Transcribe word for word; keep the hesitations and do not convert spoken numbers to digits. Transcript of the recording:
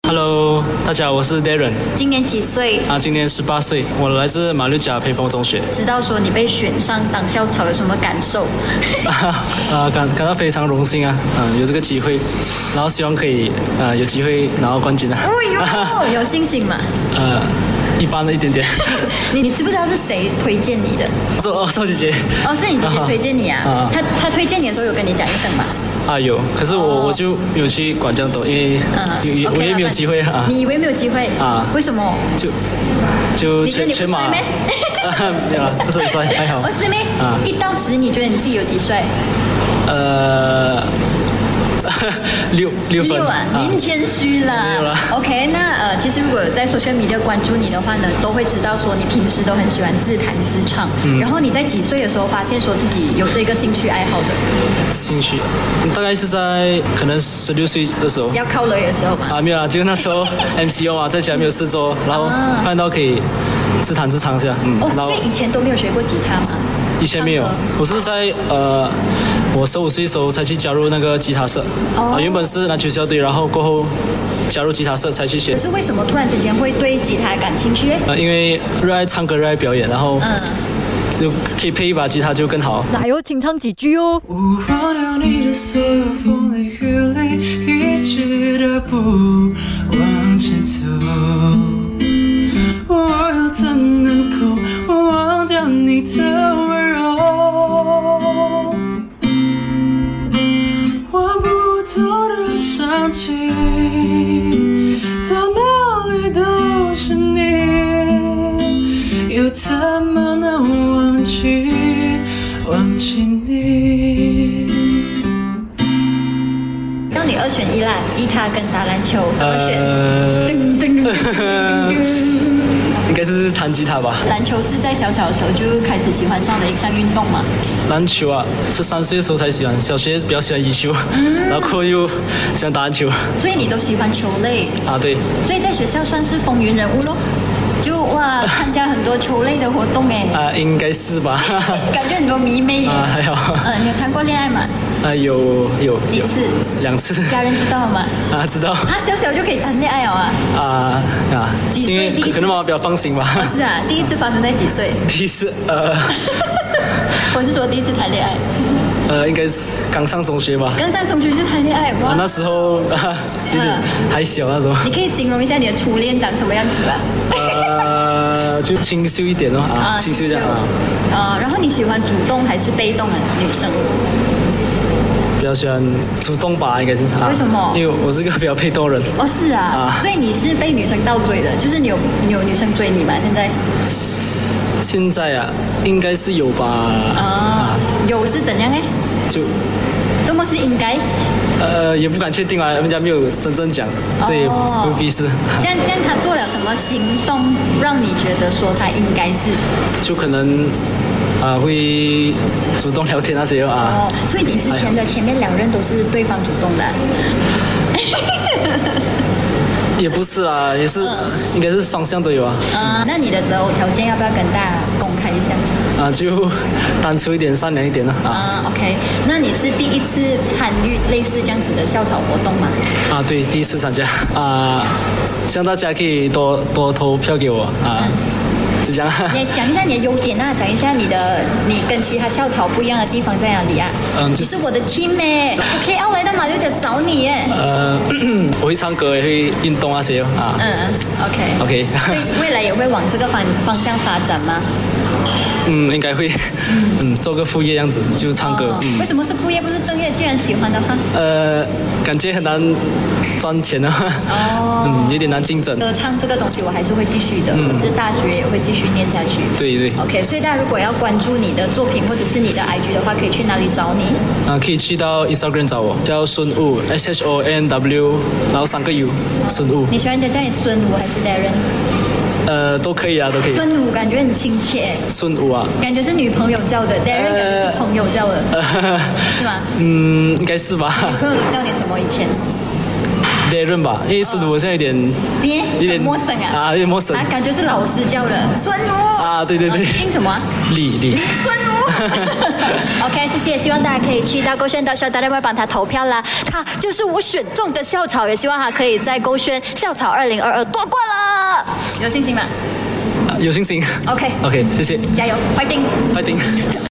Hello， 大家好，我是 Darren。 今年几岁？ 啊，今年十八岁，我来自马六甲培丰中学。 知道说你被选上当校草有什么感受？ 啊，感感到非常荣幸啊，嗯，有这个机会，然后希望可以呃有机会拿到冠军啊。 哦哟，有信心吗？ 呃，一般的一点点。 你你知不知道是谁推荐你的？ 是哦，邵姐姐。 哦，是你姐姐推荐你啊？ 啊她她推荐你的时候有跟你讲一声吗？ 啊有，可是我、 哦我就没有去管这样多，因为、 嗯有 OK 我也没有机会啊。 你以为没有机会啊为什么？ 就就你觉得你不全马帅咩？ 没有啦，不是很帅，还好。 哦，是咩？ 啊一到十，你觉得你自己有几岁？ 呃，六六分六啊，您谦虚啦。 没有啦 OK， 那呃，其实如果有在 social media 关注你的话呢，都会知道说你平时都很喜欢自弹自唱。 嗯然后你在几岁的时候发现说自己有这个兴趣爱好的？ 兴趣大概是在可能十六岁的时候。 要靠雷的时候嘛。 啊，没有啦，就那时候 M C O 啊，在家没有事做，然后啊看到可以自弹自唱一下，嗯， 哦， 然后所以以前都没有学过吉他吗？ 以前没有唱歌， 我是在呃，我十五岁的时候才去加入那个吉他社， 哦啊，原本是篮球校队，然后过后加入吉他社才去学可，是为什么突然之间会对吉他感兴趣？ 啊，因为热爱唱歌，热爱表演，然后嗯， 就可以配一把吉他就更好。 来哦，请唱几句哦。 我忘了你的所有风里雨里，一直都不往前走。我又怎能够忘掉你的温柔？玩不透的场景，到哪里都是你，又怎么能忘记忘记你？ 让你二选一啦，吉他跟打篮球，怎么选？ 呃， 噔噔噔噔应该是弹吉他吧。 篮球是在小小的时候就开始喜欢上的一项运动嘛？ 篮球啊，十三岁的时候才喜欢，小学比较喜欢羽球，然后又喜欢打篮球。 所以你都喜欢球类， 啊，对， 所以在学校算是风云人物咯。就哇，参加很多球类的活动哎， 啊，应该是吧。 感觉很多迷妹耶。 啊，还好。 嗯，你有谈过恋爱吗？ 啊，有有有几次？ 两次。 家人知道吗？ 啊，知道。 啊，小小就可以谈恋爱了啊？ 啊啊， 几岁因为第一次可能妈妈比较放心吧。 哦，是啊，第一次发生在几岁？ 第一次呃我是说第一次谈恋爱， 呃，应该是刚上中学吧。 刚上中学就谈恋爱，哇！ 啊，那时候啊有点还小那时候。 你可以形容一下你的初恋长什么样子吧？ 呃，就清秀一点哦啊，清秀一点啊。 啊，然后你喜欢主动还是被动的女生？ 比较喜欢主动吧，应该是。啊为什么因为我是个比较被动的人。 哦，是啊， 啊所以你是被女生倒追的，就是你有你有女生追你吗？现在现在啊，应该是有吧。 啊，有是怎样哎？ 就这么是应该？ 呃也不敢确定啊，人家没有真正讲，所以哦不必是。 这样这样，他做了什么行动让你觉得说他应该是？ 就可能啊、会主动聊天那些啊。 哦，所以你之前的前面两任都是对方主动的啊？ 也不是啊，也是、应该是双向都有啊。 啊，那你的择偶条件要不要跟大家公开一下？ 啊，就单纯一点，善良一点的啊。 啊，OK，那你是第一次参与类似这样子的校草活动吗？ 啊，对，第一次参加啊，希望大家可以多多投票给我啊，就这样。 你讲一下你的优点啊，讲一下你的你跟其他校草不一样的地方在哪里啊？ 嗯就是你是我的 team 哎，我 K L 来到马六甲找你耶。 呃，我会唱歌，也会运动那些啊。 嗯嗯，OK。 OK 所以未来也会往这个方方向发展吗？ 嗯，应该会，嗯，做个副业样子，就唱歌。 哦嗯为，什么是副业不是正业？既然喜欢的话， 呃，感觉很难赚钱啊。 哦嗯，有点难竞争。 歌唱这个东西我还是会继续的，我是大学也会继续念下去。 对对。 OK，所以大家如果要关注你的作品或者是你的 I G 的话，可以去哪里找你？ 啊，可以去到 Instagram 找我，叫孙悟 S H O N W， 然后三个 U， 孙悟。 你喜欢人家叫你孙武还是 Darren？ 呃，都可以啊，都可以。 孙武感觉很亲切， 孙悟啊。 感觉是女朋友叫的，Darren 感觉是朋友叫的，是吗？ 嗯，应该是吧。 女朋友都叫你什么以前？ Darren 吧，因为孙武好像有点别有点陌生啊， 啊，有点陌生啊，感觉是老师教的。孙武啊，对对对， 姓什么？ 李李孙武。OK， 谢谢，希望大家可以去到勾选到校，大家会帮他投票啦。他就是我选中的校草，也希望他可以在勾选校草二零二二夺冠了。有信心吗？ 有信心。 OK OK， 谢谢， 加油 ，fighting！ fighting。